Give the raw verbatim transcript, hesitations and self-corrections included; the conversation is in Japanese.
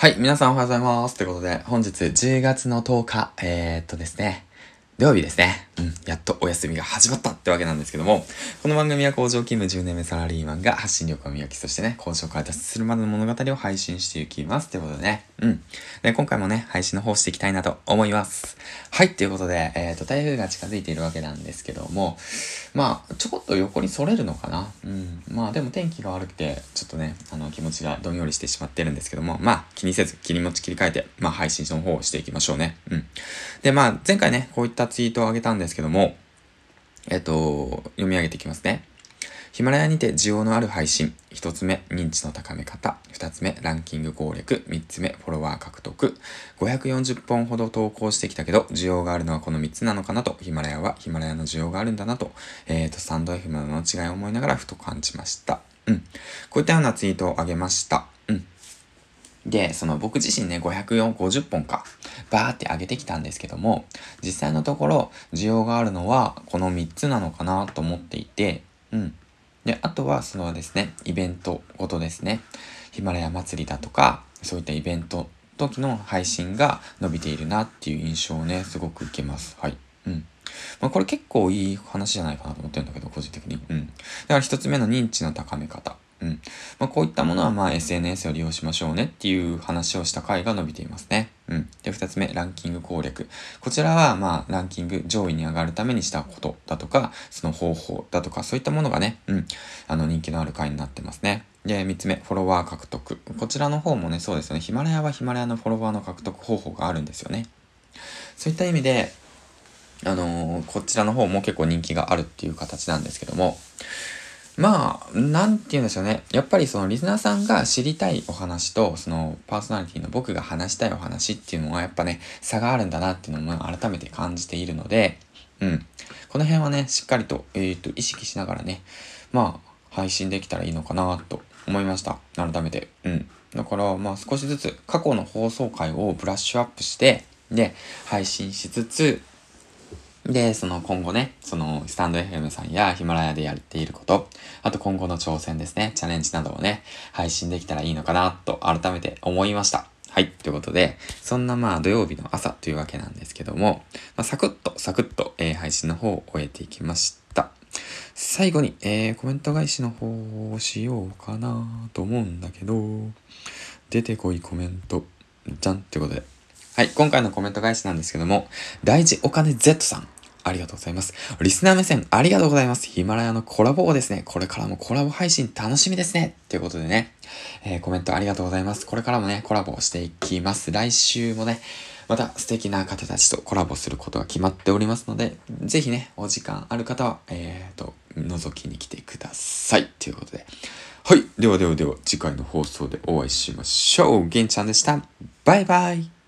はい、皆さんおはようございます。ということで、本日じゅうがつのとおか、えー、っとですね、土曜日ですね。うん、やっとお休みが始まったってわけなんですけども、この番組は工場勤務じゅうねんめサラリーマンが発信力を磨き、そしてね、工場から脱出するまでの物語を配信していきます。ということでね、うん。で、今回もね、配信の方していきたいなと思います。はい、ということで、えー、っと、台風が近づいているわけなんですけども、まあ、ちょこっと横にそれるのかな。うん。まあ、でも天気が悪くて、ちょっとね、あの、気持ちがどんよりしてしまってるんですけども、まあ、気にせず、切り持ち切り替えて、まあ、配信の方をしていきましょうね。うん。で、まあ、前回ね、こういったツイートを上げたんですけども、えっと、読み上げていきますね。ヒマラヤにて需要のある配信。一つ目、認知の高め方。二つ目、ランキング攻略。三つ目、フォロワー獲得。ごひゃくよんじゅっぽんほど投稿してきたけど、需要があるのはこの三つなのかなと、ヒマラヤはヒマラヤの需要があるんだなと、えっと、スタンド エフエム の違いを思いながらふと感じました。うん。こういったようなツイートを上げました。うん。で、その僕自身ね、ごひゃくごじゅっぽんか、バーって上げてきたんですけども、実際のところ、需要があるのはこのみっつなのかなと思っていて、うん。で、あとはそのですね、イベントごとですね、ヒマラヤ祭りだとか、そういったイベント時の配信が伸びているなっていう印象をね、すごく受けます。はい。うん。まあ、これ結構いい話じゃないかなと思ってるんだけど、個人的に。うん。だから一つ目の認知の高め方。うん。まあ、こういったものはまあ エスエヌエス を利用しましょうねっていう話をした回が伸びていますね。うん。で、二つ目、ランキング攻略。こちらはまあランキング上位に上がるためにしたことだとか、その方法だとか、そういったものがね、うん。あの人気のある回になってますね。で、三つ目、フォロワー獲得。こちらの方もね、そうですよね。ヒマラヤはヒマラヤのフォロワーの獲得方法があるんですよね。そういった意味で、あのー、こちらの方も結構人気があるっていう形なんですけども、まあ、なんて言うんでしょうね。やっぱりそのリスナーさんが知りたいお話と、そのパーソナリティの僕が話したいお話っていうのはやっぱね、差があるんだなっていうのも改めて感じているので、うん。この辺はね、しっかりと、えっと、意識しながらね、まあ、配信できたらいいのかなと思いました。改めて。うん。だから、まあ少しずつ過去の放送回をブラッシュアップして、で、配信しつつ、で、その今後ね、そのスタンド エフエム さんやヒマラヤでやっていること、あと今後の挑戦ですね、チャレンジなどをね、配信できたらいいのかなと改めて思いました。はい。ということで、そんなまあ土曜日の朝というわけなんですけども、まあ、サクッとサクッと、えー、配信の方を終えていきました。最後に、えー、コメント返しの方をしようかなと思うんだけど、出てこいコメント、じゃんってことで。はい、今回のコメント返しなんですけども、大事お金 Z さん。ありがとうございます。リスナー目線ありがとうございます。ヒマラヤのコラボをですね、これからもコラボ配信楽しみですね。ということでね、えー、コメントありがとうございます。これからもね、コラボをしていきます。来週もね、また素敵な方たちとコラボすることが決まっておりますので、ぜひね、お時間ある方は、えーと、覗きに来てください。ということで。はい。ではではでは、次回の放送でお会いしましょう。げんちゃんでした。バイバイ。